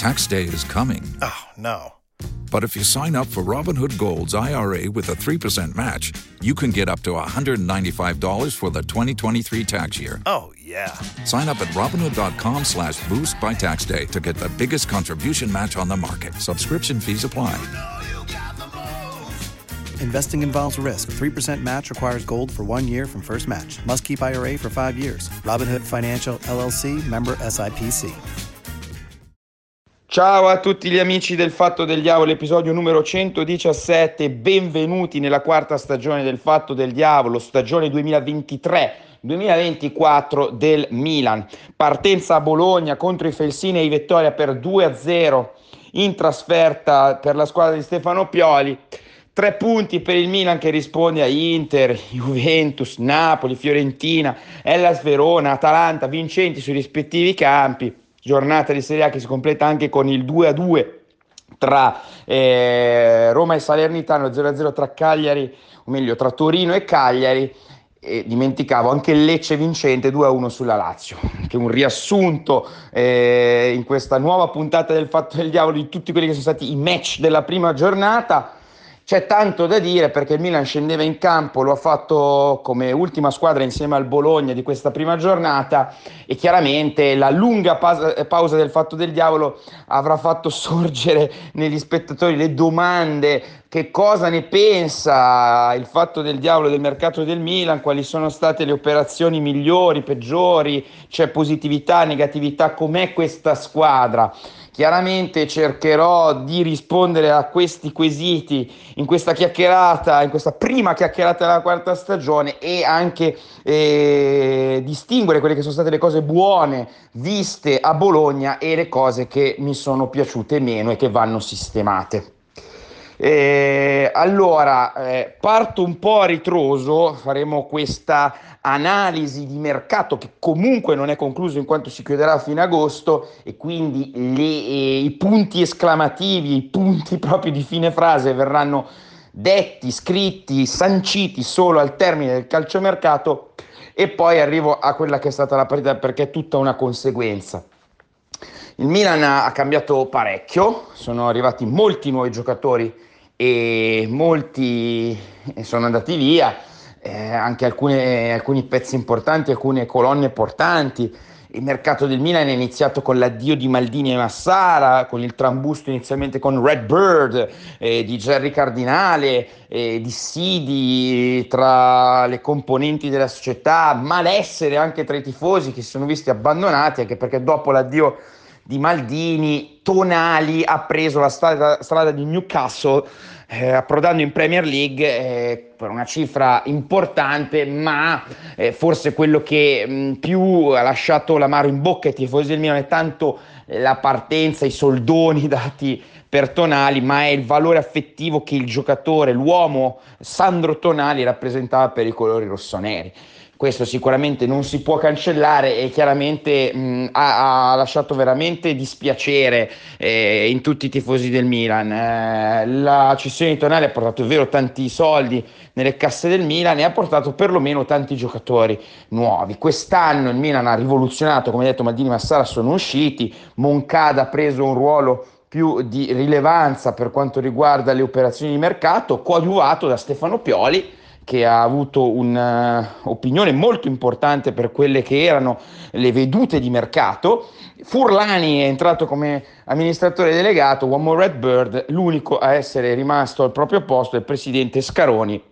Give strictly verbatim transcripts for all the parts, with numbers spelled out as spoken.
Tax day is coming. Oh, no. But if you sign up for Robinhood Gold's I R A with a three percent match, you can get up to one hundred ninety-five dollars for the twenty twenty-three tax year. Oh, yeah. Sign up at Robinhood.com slash boost by tax day to get the biggest contribution match on the market. Subscription fees apply. Investing involves risk. three percent match requires gold for one year from first match. Must keep I R A for five years. Robinhood Financial, L L C, member S I P C. Ciao a tutti gli amici del Fatto del Diavolo, episodio numero centodiciassette, benvenuti nella quarta stagione del Fatto del Diavolo, stagione duemilaventitré duemilaventiquattro del Milan. Partenza a Bologna contro i Felsinei, vittoria per due a zero in trasferta per la squadra di Stefano Pioli. Tre punti per il Milan che risponde a Inter, Juventus, Napoli, Fiorentina, Hellas Verona, Atalanta, vincenti sui rispettivi campi. Giornata di Serie A che si completa anche con il due a due tra eh, Roma e Salernitano, zero a zero tra Cagliari, o meglio tra Torino e Cagliari, e dimenticavo anche il Lecce vincente due a uno sulla Lazio, che è un riassunto eh, in questa nuova puntata del Fatto del Diavolo di tutti quelli che sono stati i match della prima giornata. C'è tanto da dire perché il Milan scendeva in campo, lo ha fatto come ultima squadra insieme al Bologna di questa prima giornata e chiaramente la lunga pausa, pausa del Fatto del Diavolo avrà fatto sorgere negli spettatori le domande: che cosa ne pensa il Fatto del Diavolo del mercato del Milan, quali sono state le operazioni migliori, peggiori, c'è positività, negatività, com'è questa squadra? Chiaramente cercherò di rispondere a questi quesiti in questa chiacchierata, in questa prima chiacchierata della quarta stagione, e anche eh, distinguere quelle che sono state le cose buone viste a Bologna e le cose che mi sono piaciute meno e che vanno sistemate. Eh, allora, eh, parto un po' a ritroso, faremo questa analisi di mercato che comunque non è concluso in quanto si chiuderà a fine agosto, e quindi le, eh, i punti esclamativi, i punti proprio di fine frase verranno detti, scritti, sanciti solo al termine del calciomercato, e poi arrivo a quella che è stata la partita, perché è tutta una conseguenza. Il Milan ha cambiato parecchio, sono arrivati molti nuovi giocatori e molti sono andati via, eh, anche alcune, alcuni pezzi importanti, alcune colonne portanti. Il mercato del Milan è iniziato con l'addio di Maldini e Massara, con il trambusto inizialmente con Redbird, eh, di Gerry Cardinale, eh, di Sidi tra le componenti della società, malessere anche tra i tifosi che si sono visti abbandonati, anche perché dopo l'addio di Maldini Tonali ha preso la strada, strada di Newcastle, eh, approdando in Premier League eh, per una cifra importante, ma eh, forse quello che mh, più ha lasciato l'amaro in bocca ai tifosi del Milan è tanto la partenza, i soldoni dati per Tonali, ma è il valore affettivo che il giocatore, l'uomo Sandro Tonali rappresentava per i colori rossoneri. Questo sicuramente non si può cancellare e chiaramente mh, ha, ha lasciato veramente dispiacere eh, in tutti i tifosi del Milan. Eh, la cessione di Tonali ha portato, è vero, tanti soldi nelle casse del Milan e ha portato perlomeno tanti giocatori nuovi. Quest'anno il Milan ha rivoluzionato, come detto, Maldini e Massara sono usciti, Moncada ha preso un ruolo più di rilevanza per quanto riguarda le operazioni di mercato, coadiuvato da Stefano Pioli, che ha avuto un'opinione molto importante per quelle che erano le vedute di mercato. Furlani è entrato come amministratore delegato, uomo Redbird, l'unico a essere rimasto al proprio posto è il presidente Scaroni,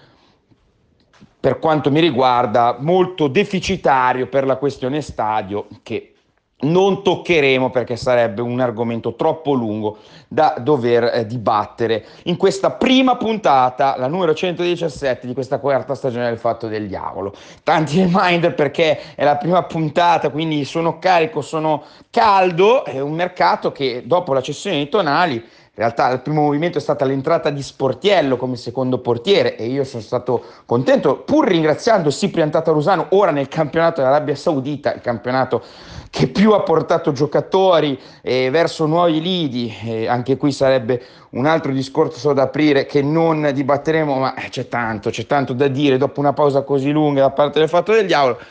per quanto mi riguarda molto deficitario per la questione stadio, che non toccheremo perché sarebbe un argomento troppo lungo da dover eh, dibattere in questa prima puntata, la numero centodiciassette di questa quarta stagione del Fatto del Diavolo. Tanti reminder perché è la prima puntata, quindi sono carico, sono caldo. È un mercato che dopo la cessione di Tonali, in realtà il primo movimento è stata l'entrata di Sportiello come secondo portiere e io sono stato contento, pur ringraziando Cyprien Tatarusanu, ora nel campionato dell'Arabia Saudita, il campionato che più ha portato giocatori eh, verso nuovi lidi. Eh, anche qui sarebbe un altro discorso da aprire che non dibatteremo, ma c'è tanto, c'è tanto da dire dopo una pausa così lunga da parte del Fatto del Diavolo.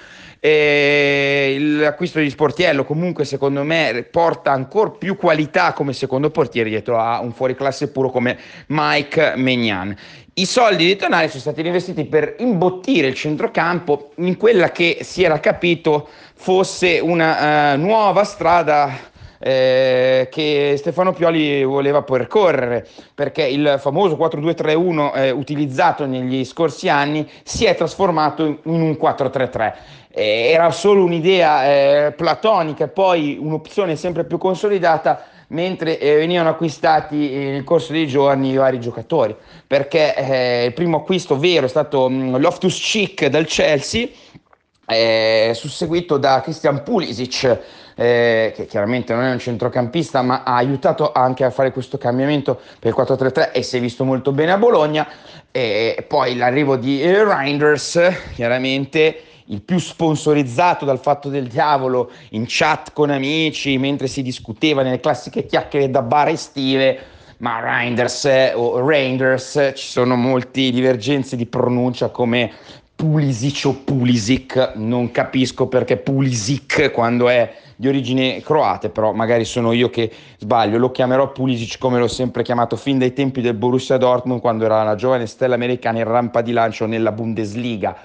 E l'acquisto di Sportiello comunque secondo me porta ancora più qualità come secondo portiere dietro a un fuoriclasse puro come Mike Maignan. I soldi di Tonali sono stati reinvestiti per imbottire il centrocampo in quella che si era capito fosse una uh, nuova strada Eh, che Stefano Pioli voleva percorrere, perché il famoso quattro due tre uno eh, utilizzato negli scorsi anni si è trasformato in un quattro tre tre. Eh, era solo un'idea eh, platonica e poi un'opzione sempre più consolidata mentre eh, venivano acquistati eh, nel corso dei giorni i vari giocatori, perché eh, il primo acquisto vero è stato mh, Loftus-Cheek dal Chelsea, eh, susseguito da Christian Pulisic, eh, che chiaramente non è un centrocampista ma ha aiutato anche a fare questo cambiamento per il quattro tre tre e si è visto molto bene a Bologna. E poi l'arrivo di eh, Reinders, chiaramente il più sponsorizzato dal Fatto del Diavolo in chat con amici mentre si discuteva nelle classiche chiacchiere da bar estive, ma Reinders eh, o Reinders, ci sono molte divergenze di pronuncia come Pulisic o Pulisic, non capisco perché Pulisic quando è di origine croate, però magari sono io che sbaglio. Lo chiamerò Pulisic come l'ho sempre chiamato fin dai tempi del Borussia Dortmund, quando era una giovane stella americana in rampa di lancio nella Bundesliga.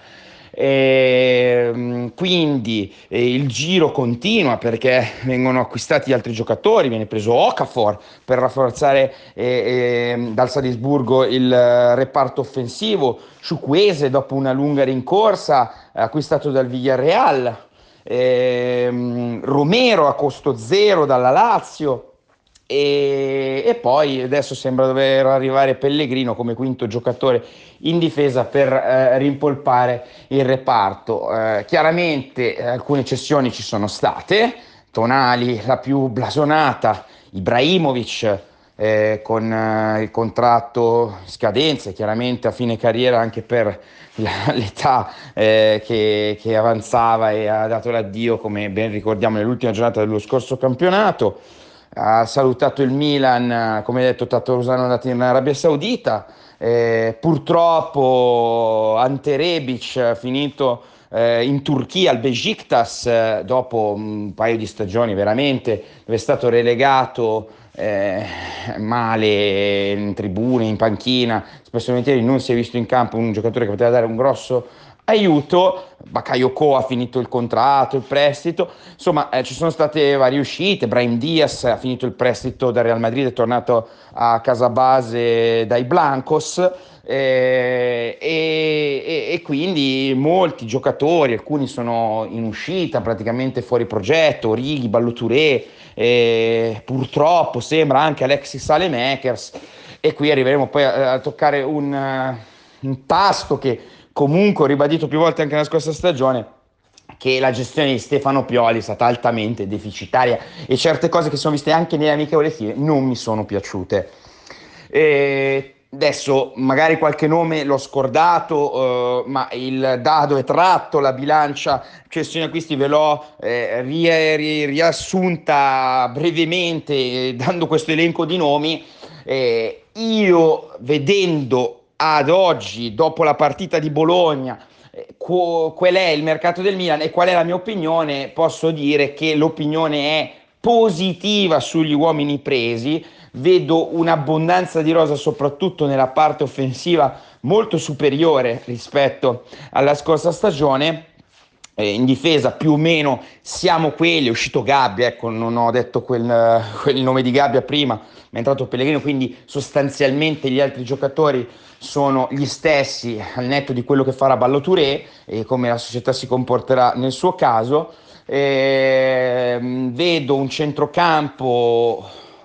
E quindi eh, il giro continua perché vengono acquistati altri giocatori, viene preso Okafor per rafforzare eh, eh, dal Salisburgo il eh, reparto offensivo, Chukwueze dopo una lunga rincorsa eh, acquistato dal Villarreal, eh, Romero a costo zero dalla Lazio. E, e poi adesso sembra dover arrivare Pellegrino come quinto giocatore in difesa per eh, rimpolpare il reparto. Eh, chiaramente eh, alcune cessioni ci sono state, Tonali la più blasonata, Ibrahimovic eh, con eh, il contratto in scadenza, chiaramente a fine carriera anche per la, l'età eh, che, che avanzava e ha dato l'addio, come ben ricordiamo, nell'ultima giornata dello scorso campionato. Ha salutato il Milan, come detto Tatarusano è andato in Arabia Saudita, eh, purtroppo Ante Rebic finito eh, in Turchia al Beşiktaş eh, dopo un paio di stagioni veramente, dove è stato relegato eh, male in tribune, in panchina, spesso e volentieri non si è visto in campo un giocatore che poteva dare un grosso aiuto. Bakayoko ha finito il contratto, il prestito, insomma eh, ci sono state varie uscite. Brahim Diaz ha finito il prestito dal Real Madrid, è tornato a casa base dai Blancos eh, e, e, e quindi molti giocatori, alcuni sono in uscita, praticamente fuori progetto, Origi, Ballo Touré, eh, purtroppo sembra anche Alexis Saelemaekers, e qui arriveremo poi a, a toccare un, uh, un tasto che comunque ho ribadito più volte anche nella scorsa stagione, che la gestione di Stefano Pioli è stata altamente deficitaria e certe cose che sono viste anche nelle amichevoli estive non mi sono piaciute. E adesso magari qualche nome l'ho scordato, eh, ma il dado è tratto, la bilancia cessioni acquisti ve l'ho eh, ri- ri- riassunta brevemente eh, dando questo elenco di nomi. Eh, io vedendo ad oggi, dopo la partita di Bologna, eh, qu- qual è il mercato del Milan e qual è la mia opinione, posso dire che l'opinione è positiva sugli uomini presi. Vedo un'abbondanza di rosa soprattutto nella parte offensiva molto superiore rispetto alla scorsa stagione. Eh, in difesa più o meno siamo quelli, è uscito Gabbia, ecco, non ho detto quel, quel nome di Gabbia prima, ma è entrato Pellegrino, quindi sostanzialmente gli altri giocatori sono gli stessi al netto di quello che farà Ballo Touré e come la società si comporterà nel suo caso. Eh, vedo un centrocampo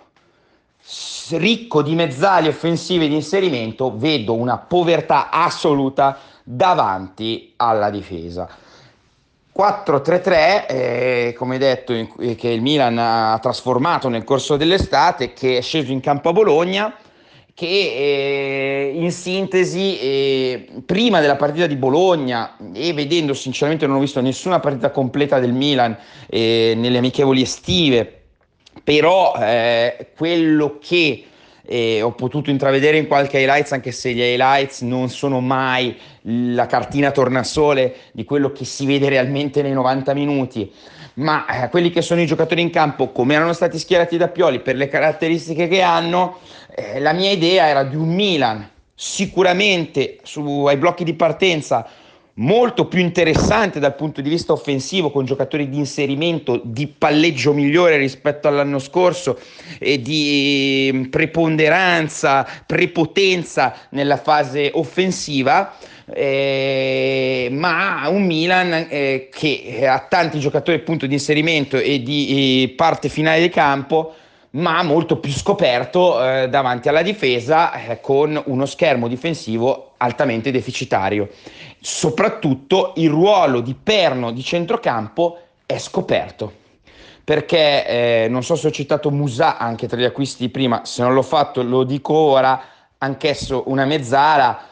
ricco di mezzali offensivi di inserimento, vedo una povertà assoluta davanti alla difesa. quattro tre tre, eh, come detto, in, che il Milan ha trasformato nel corso dell'estate, che è sceso in campo a Bologna, che eh, in sintesi eh, prima della partita di Bologna, e vedendo sinceramente non ho visto nessuna partita completa del Milan eh, nelle amichevoli estive, però eh, quello che e ho potuto intravedere in qualche highlights, anche se gli highlights non sono mai la cartina tornasole di quello che si vede realmente nei novanta minuti, ma eh, quelli che sono i giocatori in campo, come erano stati schierati da Pioli, per le caratteristiche che hanno, eh, la mia idea era di un Milan sicuramente su, ai blocchi di partenza molto più interessante dal punto di vista offensivo, con giocatori di inserimento, di palleggio migliore rispetto all'anno scorso e di preponderanza, prepotenza nella fase offensiva, eh, ma un Milan eh, che ha tanti giocatori appunto di inserimento e di eh, parte finale di campo, ma molto più scoperto eh, davanti alla difesa, eh, con uno schermo difensivo altamente deficitario. Soprattutto il ruolo di perno di centrocampo è scoperto, perché eh, non so se ho citato Musà anche tra gli acquisti prima, se non l'ho fatto lo dico ora, anch'esso una mezzala.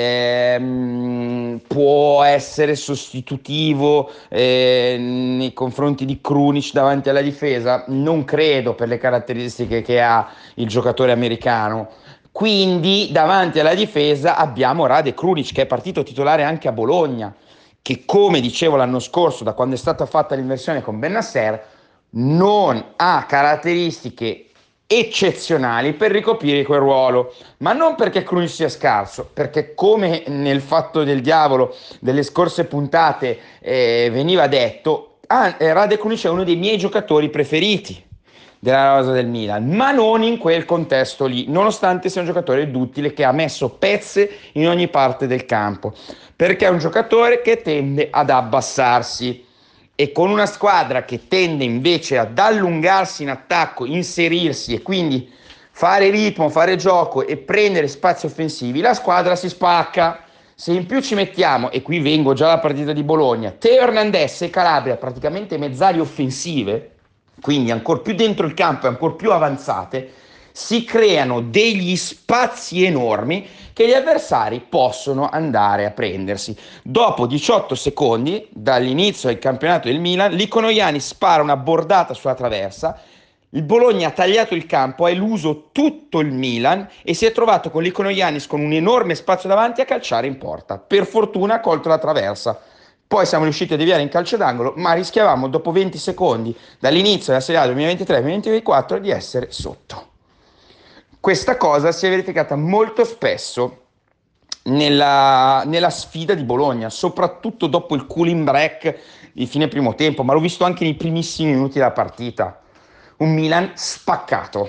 Ehm, può essere sostitutivo eh, nei confronti di Krunic davanti alla difesa? Non credo, per le caratteristiche che ha il giocatore americano. Quindi davanti alla difesa abbiamo Rade Krunic, che è partito titolare anche a Bologna, che, come dicevo l'anno scorso, da quando è stata fatta l'inversione con Bennacer, non ha caratteristiche eccezionali per ricoprire quel ruolo, ma non perché Krunic sia scarso, perché, come nel Fatto del Diavolo delle scorse puntate eh, veniva detto, ah, Rade Krunic è uno dei miei giocatori preferiti della rosa del Milan, ma non in quel contesto lì, nonostante sia un giocatore duttile che ha messo pezze in ogni parte del campo, perché è un giocatore che tende ad abbassarsi. E con una squadra che tende invece ad allungarsi in attacco, inserirsi e quindi fare ritmo, fare gioco e prendere spazi offensivi, la squadra si spacca. Se in più ci mettiamo, e qui vengo già alla partita di Bologna, Teo Hernandez e Calabria praticamente mezzali offensive, quindi ancora più dentro il campo e ancora più avanzate, si creano degli spazi enormi che gli avversari possono andare a prendersi. Dopo diciotto secondi dall'inizio del campionato del Milan, Likonoiani spara una bordata sulla traversa, il Bologna ha tagliato il campo, ha eluso tutto il Milan e si è trovato con Likonoianis con un enorme spazio davanti a calciare in porta. Per fortuna ha colto la traversa. Poi siamo riusciti a deviare in calcio d'angolo, ma rischiavamo dopo venti secondi dall'inizio della Serie A duemilaventitré duemilaventiquattro di essere sotto. Questa cosa si è verificata molto spesso nella, nella sfida di Bologna, soprattutto dopo il cooling break di fine primo tempo, ma l'ho visto anche nei primissimi minuti della partita. Un Milan spaccato.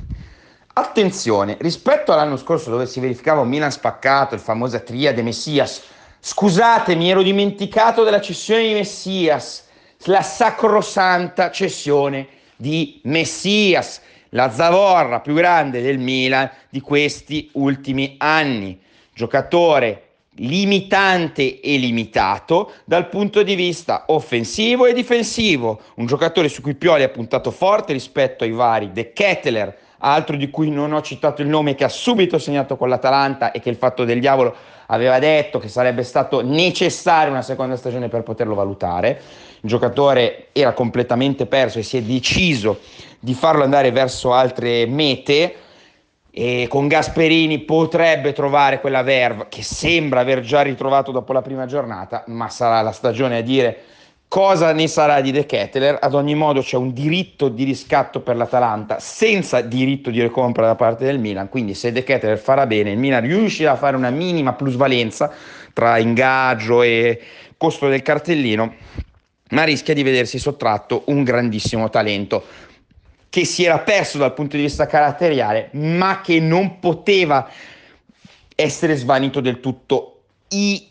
Attenzione, rispetto all'anno scorso dove si verificava un Milan spaccato, il famosa triade Messias, scusate, mi ero dimenticato della cessione di Messias, la sacrosanta cessione di Messias, la zavorra più grande del Milan di questi ultimi anni, giocatore limitante e limitato dal punto di vista offensivo e difensivo, un giocatore su cui Pioli ha puntato forte rispetto ai vari De Ketelaere, altro di cui non ho citato il nome, che ha subito segnato con l'Atalanta e che il Fatto del Diavolo aveva detto che sarebbe stato necessario una seconda stagione per poterlo valutare. Il giocatore era completamente perso e si è deciso di farlo andare verso altre mete, e con Gasperini potrebbe trovare quella verve che sembra aver già ritrovato dopo la prima giornata, ma sarà la stagione a dire cosa ne sarà di De Ketelaere. Ad ogni modo c'è un diritto di riscatto per l'Atalanta senza diritto di recompra da parte del Milan, quindi se De Ketelaere farà bene, il Milan riuscirà a fare una minima plusvalenza tra ingaggio e costo del cartellino, ma rischia di vedersi sottratto un grandissimo talento che si era perso dal punto di vista caratteriale, ma che non poteva essere svanito del tutto. I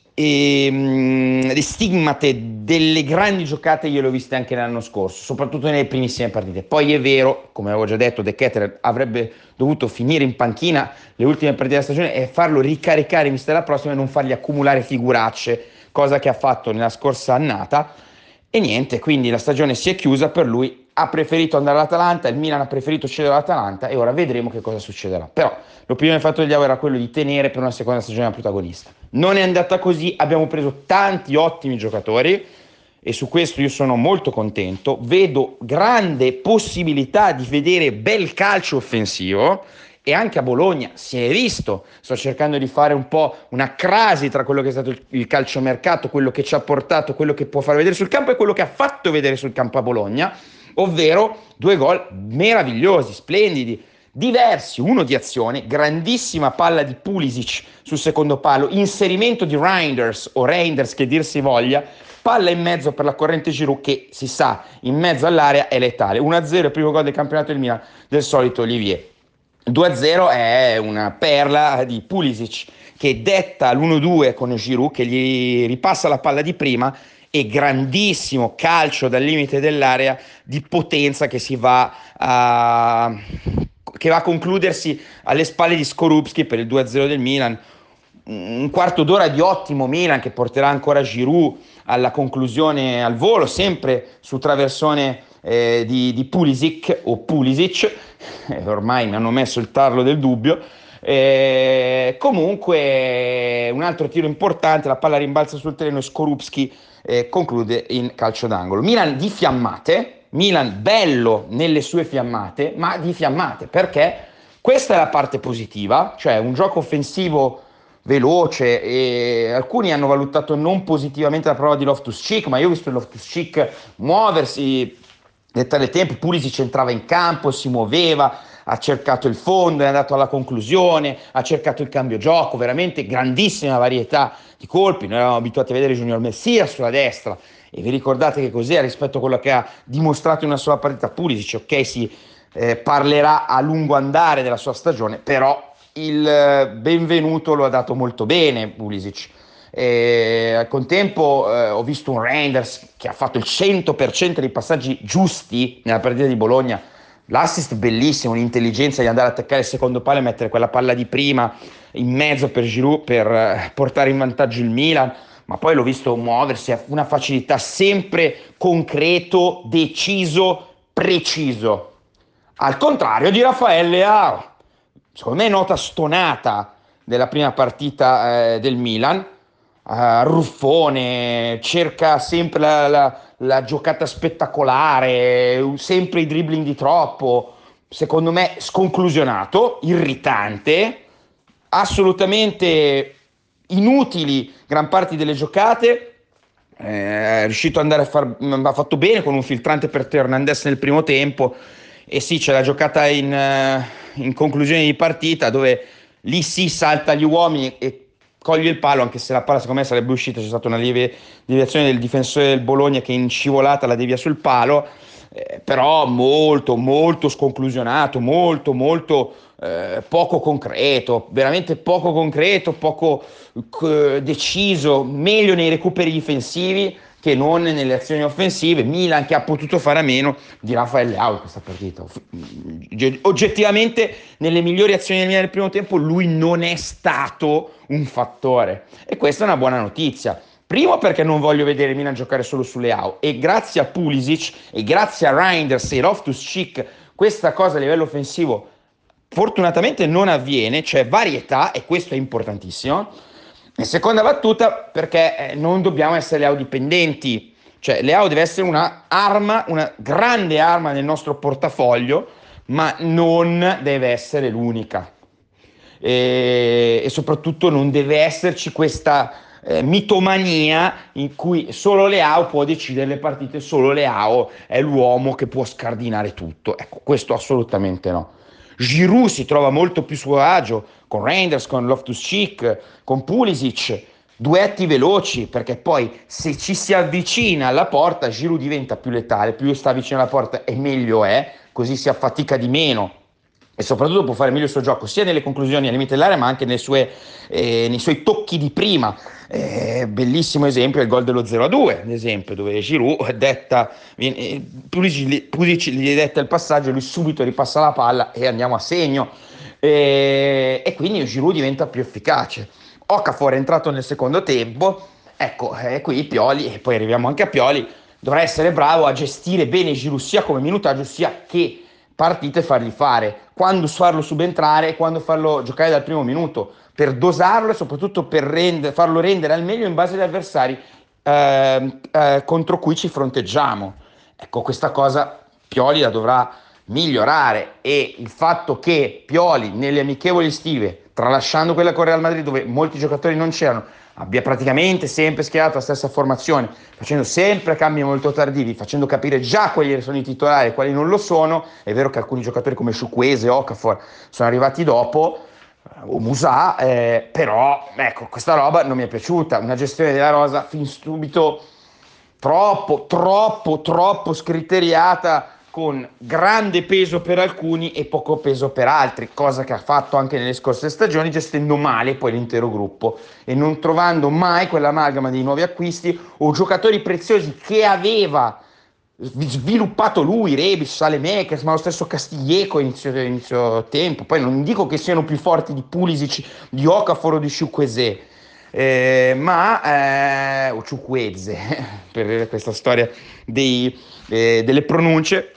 ehm, le stigmate delle grandi giocate io le ho viste anche l'anno scorso, soprattutto nelle primissime partite. Poi è vero, come avevo già detto, De Ketelaere avrebbe dovuto finire in panchina le ultime partite della stagione e farlo ricaricare in vista della prossima e non fargli accumulare figuracce, cosa che ha fatto nella scorsa annata. E niente, quindi la stagione si è chiusa per lui, ha preferito andare all'Atalanta, il Milan ha preferito cedere all'Atalanta e ora vedremo che cosa succederà. Però l'opinione del Fatto del Diavolo era quello di tenere per una seconda stagione la protagonista. Non è andata così, abbiamo preso tanti ottimi giocatori e su questo io sono molto contento, vedo grande possibilità di vedere bel calcio offensivo e anche a Bologna si è visto. Sto cercando di fare un po' una crasi tra quello che è stato il calciomercato, quello che ci ha portato, quello che può far vedere sul campo e quello che ha fatto vedere sul campo a Bologna, ovvero due gol meravigliosi, splendidi, diversi, uno di azione, grandissima palla di Pulisic sul secondo palo, inserimento di Reinders o Reinders che dir si voglia, palla in mezzo per la corrente Giroud che si sa in mezzo all'area è letale. uno a zero il primo gol del campionato del Milan del solito Olivier. due a zero è una perla di Pulisic che detta l'uno due con Giroud che gli ripassa la palla di prima e grandissimo calcio dal limite dell'area di potenza che si va a che va a concludersi alle spalle di Skorupski per il due a zero del Milan. Un quarto d'ora di ottimo Milan che porterà ancora Giroud alla conclusione al volo, sempre su traversone eh, di, di Pulisic o Pulisic, eh, ormai mi hanno messo il tarlo del dubbio. Eh, comunque un altro tiro importante, la palla rimbalza sul terreno e Skorupski eh, conclude in calcio d'angolo. Milan di fiammate, Milan bello nelle sue fiammate, ma di fiammate perché questa è la parte positiva, cioè un gioco offensivo veloce, e alcuni hanno valutato non positivamente la prova di Loftus-Cheek, ma io ho visto Loftus-Cheek muoversi nel tale tempo. Pulisic entrava in campo, si muoveva, ha cercato il fondo, è andato alla conclusione, ha cercato il cambio gioco, veramente grandissima varietà di colpi. Noi eravamo abituati a vedere Junior Messias sulla destra e vi ricordate che cos'è rispetto a quello che ha dimostrato in una sola partita Pulisic. Ok, si eh, parlerà a lungo andare della sua stagione, però il benvenuto lo ha dato molto bene Pulisic. E al contempo eh, ho visto un Reinders che ha fatto il cento per cento dei passaggi giusti nella partita di Bologna, l'assist bellissimo, l'intelligenza di andare a attaccare il secondo palo e mettere quella palla di prima in mezzo per Giroud per eh, portare in vantaggio il Milan. Ma poi l'ho visto muoversi a una facilità, sempre concreto, deciso, preciso, al contrario di Rafael Leao. Secondo me nota stonata della prima partita eh, del Milan, uh, ruffone, cerca sempre la, la, la giocata spettacolare, sempre i dribbling di troppo, secondo me sconclusionato, irritante, assolutamente inutili gran parte delle giocate. Eh, è riuscito ad andare a far, ha fatto bene con un filtrante per Teo Hernandez nel primo tempo, e sì, c'è la giocata in, uh, in conclusione di partita dove lì si salta gli uomini e coglie il palo, anche se la palla secondo me sarebbe uscita. C'è stata una lieve deviazione del difensore del Bologna che in scivolata la devia sul palo, eh, però molto molto sconclusionato, molto molto eh, poco concreto, veramente poco concreto, poco eh, deciso, meglio nei recuperi difensivi che non nelle azioni offensive. Milan che ha potuto fare a meno di Rafael Leao in questa partita. Oggettivamente nelle migliori azioni del Milan nel primo tempo lui non è stato un fattore, e questa è una buona notizia. Primo perché non voglio vedere Milan giocare solo su Leao, e grazie a Pulisic e grazie a Reinders e Loftus-Cheek questa cosa a livello offensivo fortunatamente non avviene, c'è varietà e questo è importantissimo. In seconda battuta perché eh, non dobbiamo essere Leao dipendenti, cioè Leao deve essere una arma, una grande arma nel nostro portafoglio, ma non deve essere l'unica, e, e soprattutto non deve esserci questa eh, mitomania in cui solo Leao può decidere le partite, solo Leao è l'uomo che può scardinare tutto. Ecco, questo assolutamente no. Giroud si trova molto più suo agio con Reinders, con Loftus-Cheek, con Pulisic, duetti veloci, perché poi se ci si avvicina alla porta Giroud diventa più letale, più sta vicino alla porta e meglio è, così si affatica di meno e soprattutto può fare meglio il suo gioco sia nelle conclusioni al limite dell'area ma anche nelle sue, eh, nei suoi tocchi di prima. Eh, bellissimo esempio è il gol dello zero a due, ad esempio, dove Giroud detta viene, Pulisic, Pulisic gli detta il passaggio, lui subito ripassa la palla e andiamo a segno, e, e quindi Giroud diventa più efficace. Okafor è entrato nel secondo tempo, ecco, e qui Pioli, e poi arriviamo anche a Pioli, dovrà essere bravo a gestire bene Giroud sia come minutaggio sia che partite fargli fare, quando farlo subentrare e quando farlo giocare dal primo minuto, per dosarlo e soprattutto per rende, farlo rendere al meglio in base agli avversari eh, eh, contro cui ci fronteggiamo. Ecco, questa cosa Pioli la dovrà migliorare, e il fatto che Pioli nelle amichevoli estive, tralasciando quella con Real Madrid dove molti giocatori non c'erano, abbia praticamente sempre schierato la stessa formazione, facendo sempre cambi molto tardivi, facendo capire già quali sono i titolari e quali non lo sono. È vero che alcuni giocatori come Chukwueze e Okafor sono arrivati dopo, o Musà, eh, però ecco, questa roba non mi è piaciuta, una gestione della rosa fin subito troppo, troppo, troppo scriteriata, con grande peso per alcuni e poco peso per altri, cosa che ha fatto anche nelle scorse stagioni, gestendo male poi l'intero gruppo e non trovando mai quell'amalgama dei nuovi acquisti o giocatori preziosi che aveva sviluppato lui, Rebic, Saelemaekers, ma lo stesso Castillejo inizio, inizio tempo. Poi non dico che siano più forti di Pulisic, di Okafor o di Chukwueze, eh, ma eh, o Chukwueze per questa storia dei, eh, delle pronunce.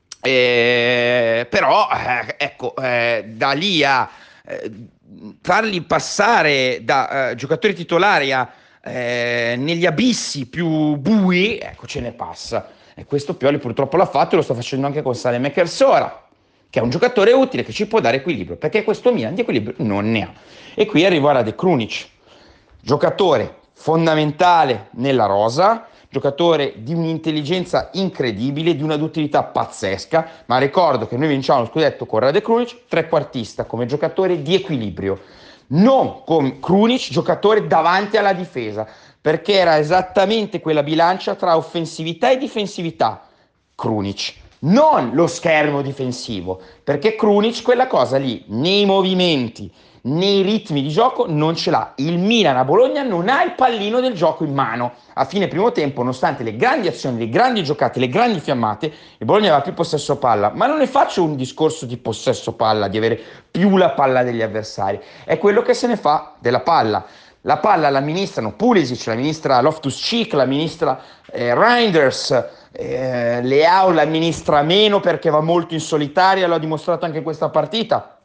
Eh, però eh, ecco, eh, da lì a eh, farli passare da eh, giocatori titolari a eh, negli abissi più bui, ecco, ce ne passa, e questo Pioli purtroppo l'ha fatto e lo sta facendo anche con Saelemaekers ora, che è un giocatore utile che ci può dare equilibrio, perché questo Milan di equilibrio non ne ha. E qui arrivo a Rade Krunic, giocatore fondamentale nella rosa, giocatore di un'intelligenza incredibile, di una duttilità pazzesca, ma ricordo che noi vinciamo lo scudetto con Rade Krunic, trequartista, come giocatore di equilibrio, non come Krunic, giocatore davanti alla difesa, perché era esattamente quella bilancia tra offensività e difensività, Krunic, non lo schermo difensivo, perché Krunic quella cosa lì, nei movimenti, nei ritmi di gioco non ce l'ha. Il Milan a Bologna non ha il pallino del gioco in mano. A fine primo tempo, nonostante le grandi azioni, le grandi giocate, le grandi fiammate, il Bologna aveva più possesso palla. Ma non ne faccio un discorso di possesso palla, di avere più la palla degli avversari. È quello che se ne fa della palla. La palla la amministrano Pulisic, la ministra Loftus-Cheek, la ministra eh, Reinders, eh, Leao la amministra meno perché va molto in solitaria, l'ha dimostrato anche questa partita.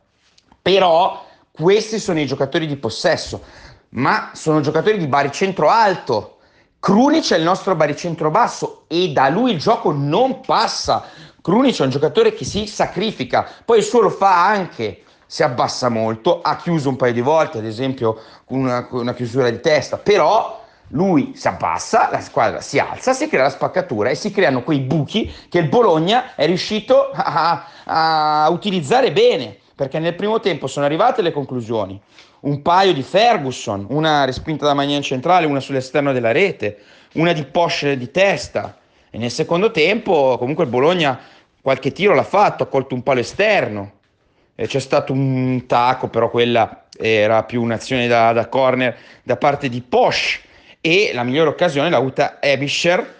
Però questi sono i giocatori di possesso, ma sono giocatori di baricentro alto. Krunic è il nostro baricentro basso e da lui il gioco non passa. Krunic è un giocatore che si sacrifica, poi il suo lo fa anche, si abbassa molto, ha chiuso un paio di volte, ad esempio una, una chiusura di testa, però lui si abbassa, la squadra si alza, si crea la spaccatura e si creano quei buchi che il Bologna è riuscito a, a utilizzare bene, perché nel primo tempo sono arrivate le conclusioni, un paio di Ferguson, una respinta da Maignan centrale, una sull'esterno della rete, una di Posch di testa, e nel secondo tempo comunque il Bologna qualche tiro l'ha fatto, ha colto un palo esterno, e c'è stato un tacco, però quella era più un'azione da, da corner da parte di Posch, e la migliore occasione l'ha avuta Ebischer,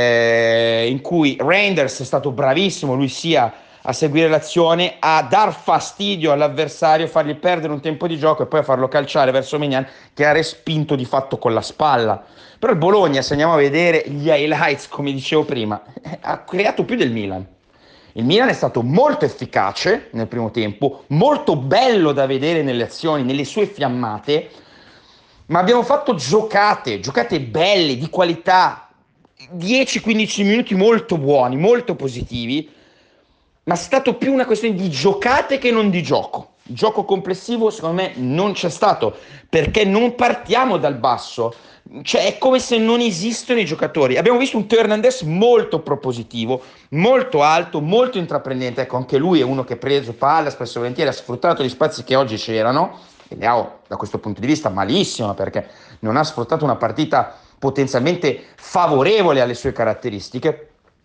eh, in cui Reinders è stato bravissimo, lui sia a seguire l'azione, a dar fastidio all'avversario, fargli perdere un tempo di gioco e poi a farlo calciare verso Maignan, che ha respinto di fatto con la spalla. Però il Bologna, se andiamo a vedere gli highlights, come dicevo prima, ha creato più del Milan. Il Milan è stato molto efficace nel primo tempo, molto bello da vedere nelle azioni, nelle sue fiammate, ma abbiamo fatto giocate, giocate belle, di qualità, dieci quindici minuti molto buoni, molto positivi, ma è stato più una questione di giocate che non di gioco. Il gioco complessivo secondo me non c'è stato, perché non partiamo dal basso, cioè è come se non esistono i giocatori. Abbiamo visto un Teo Hernandez molto propositivo, molto alto, molto intraprendente, ecco, anche lui è uno che ha preso palla spesso e volentieri, ha sfruttato gli spazi che oggi c'erano, e Leao da questo punto di vista malissimo, perché non ha sfruttato una partita potenzialmente favorevole alle sue caratteristiche.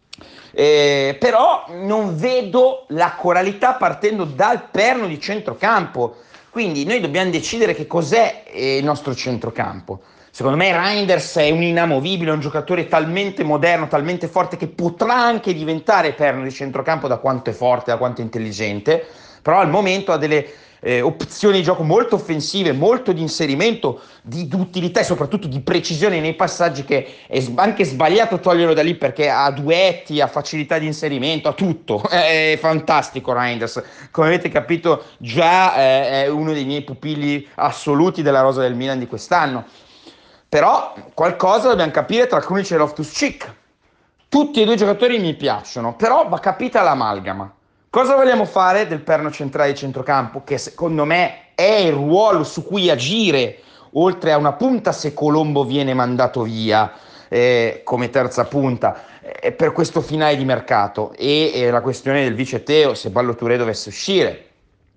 Eh, però non vedo la coralità partendo dal perno di centrocampo, quindi noi dobbiamo decidere che cos'è eh, il nostro centrocampo. Secondo me Reinders è un inamovibile, un giocatore talmente moderno, talmente forte che potrà anche diventare perno di centrocampo, da quanto è forte, da quanto è intelligente, però al momento ha delle eh, opzioni di gioco molto offensive, molto di inserimento, di, di utilità e soprattutto di precisione nei passaggi, che è anche sbagliato toglierlo da lì, perché ha duetti, ha facilità di inserimento, ha tutto. È fantastico Reinders, come avete capito già eh, è uno dei miei pupilli assoluti della rosa del Milan di quest'anno. Però qualcosa dobbiamo capire tra Krunic e Loftus-Cheek. Tutti e due i giocatori mi piacciono, però va capita l'amalgama. Cosa vogliamo fare del perno centrale di centrocampo, che secondo me è il ruolo su cui agire, oltre a una punta se Colombo viene mandato via eh, come terza punta, eh, per questo finale di mercato, e eh, la questione del vice Teo se Ballo Touré dovesse uscire,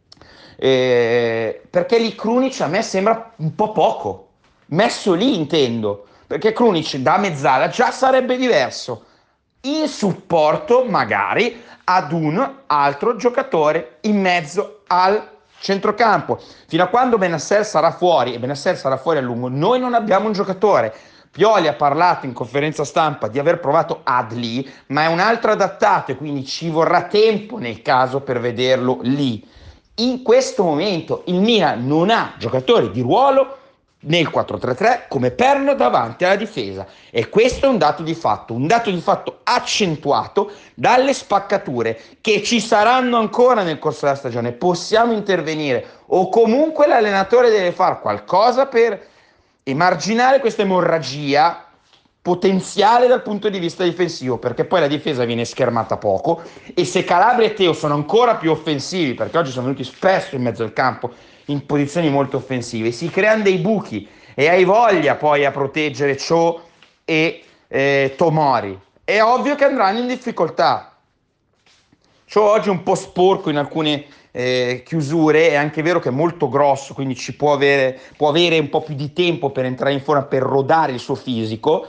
eh, perché lì Krunic a me sembra un po' poco, messo lì intendo, perché Krunic da mezzala già sarebbe diverso, in supporto magari ad un altro giocatore in mezzo al centrocampo. Fino a quando Bennacer sarà fuori, e Bennacer sarà fuori a lungo, noi non abbiamo un giocatore. Pioli ha parlato in conferenza stampa di aver provato Adli, ma è un altro adattato e quindi ci vorrà tempo nel caso per vederlo lì. In questo momento il Milan non ha giocatori di ruolo nel quattro tre tre come perno davanti alla difesa, e questo è un dato di fatto, un dato di fatto accentuato dalle spaccature che ci saranno ancora nel corso della stagione. Possiamo intervenire, o comunque l'allenatore deve fare qualcosa per emarginare questa emorragia potenziale dal punto di vista difensivo, perché poi la difesa viene schermata poco, e se Calabria e Teo sono ancora più offensivi, perché oggi sono venuti spesso in mezzo al campo in posizioni molto offensive, si creano dei buchi e hai voglia poi a proteggere Cho e eh, Tomori, è ovvio che andranno in difficoltà. Cho oggi è un po' sporco in alcune eh, chiusure, è anche vero che è molto grosso, quindi ci può avere, può avere un po' più di tempo per entrare in forma, per rodare il suo fisico.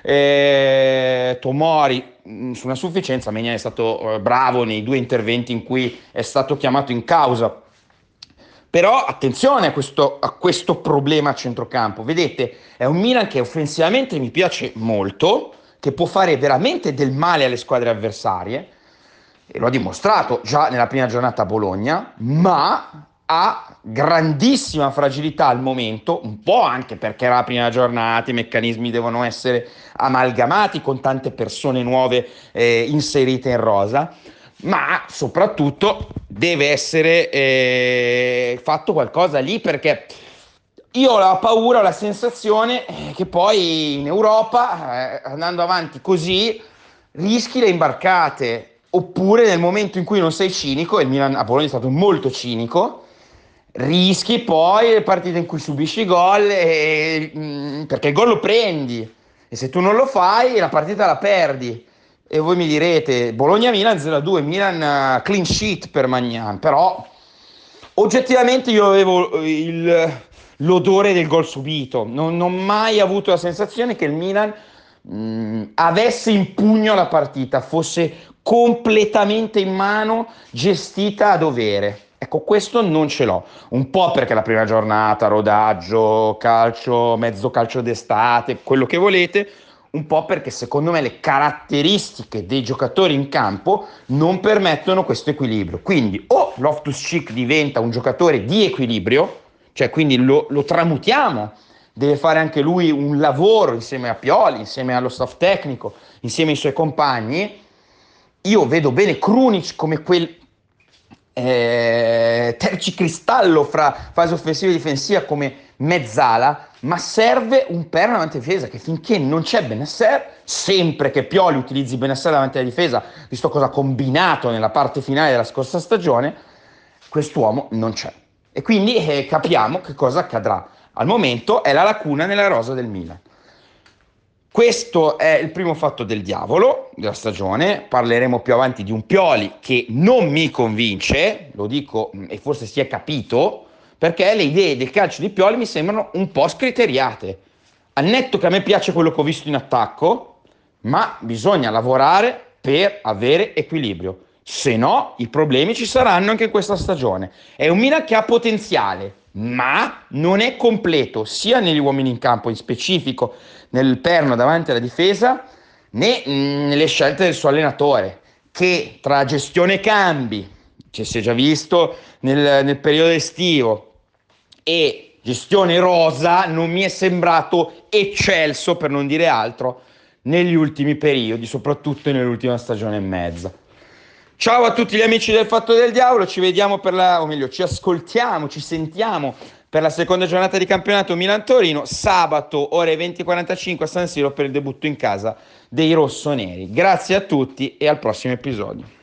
eh, Tomori mh, su una sufficienza, Maignan è stato eh, bravo nei due interventi in cui è stato chiamato in causa. Però attenzione a questo, a questo problema a centrocampo. Vedete, è un Milan che offensivamente mi piace molto, che può fare veramente del male alle squadre avversarie, e lo ha dimostrato già nella prima giornata a Bologna, ma ha grandissima fragilità al momento, un po' anche perché era la prima giornata, i meccanismi devono essere amalgamati con tante persone nuove eh, inserite in rosa, ma soprattutto deve essere eh, fatto qualcosa lì, perché io ho la paura, ho la sensazione che poi in Europa, eh, andando avanti così, rischi le imbarcate, oppure nel momento in cui non sei cinico, e il Milan a Bologna è stato molto cinico, rischi poi le partite in cui subisci gol, e, mh, perché il gol lo prendi, e se tu non lo fai la partita la perdi. E voi mi direte, Bologna-Milan zero a due, Milan uh, clean sheet per Maignan, però oggettivamente io avevo il, l'odore del gol subito, non ho mai avuto la sensazione che il Milan mh, avesse in pugno la partita, fosse completamente in mano, gestita a dovere. Ecco, questo non ce l'ho, un po' perché la prima giornata, rodaggio, calcio, mezzo calcio d'estate, quello che volete, un po' perché secondo me le caratteristiche dei giocatori in campo non permettono questo equilibrio. Quindi o Loftus-Cheek diventa un giocatore di equilibrio, cioè quindi lo, lo tramutiamo, deve fare anche lui un lavoro insieme a Pioli, insieme allo staff tecnico, insieme ai suoi compagni. Io vedo bene Krunic come quel eh, tergicristallo fra fase offensiva e difensiva come mezzala, ma serve un perno davanti alla difesa, che finché non c'è Bennacer, sempre che Pioli utilizzi Bennacer davanti alla difesa, visto cosa ha combinato nella parte finale della scorsa stagione, quest'uomo non c'è. E quindi eh, capiamo che cosa accadrà. Al momento è la lacuna nella rosa del Milan. Questo è il primo fatto del diavolo della stagione. Parleremo più avanti di un Pioli che non mi convince, lo dico e forse si è capito, perché le idee del calcio di Pioli mi sembrano un po' scriteriate. Al netto che a me piace quello che ho visto in attacco, ma bisogna lavorare per avere equilibrio, se no i problemi ci saranno anche in questa stagione. È un Milan che ha potenziale, ma non è completo sia negli uomini in campo, in specifico nel perno davanti alla difesa, né mh, nelle scelte del suo allenatore, che tra gestione cambi, ci si è già visto nel, nel periodo estivo, e gestione rosa non mi è sembrato eccelso, per non dire altro, negli ultimi periodi, soprattutto nell'ultima stagione e mezza. Ciao a tutti gli amici del Fatto del Diavolo, ci vediamo per la, o meglio, ci ascoltiamo, ci sentiamo per la seconda giornata di campionato Milan-Torino, sabato ore venti e quarantacinque a San Siro per il debutto in casa dei rossoneri. Grazie a tutti e al prossimo episodio.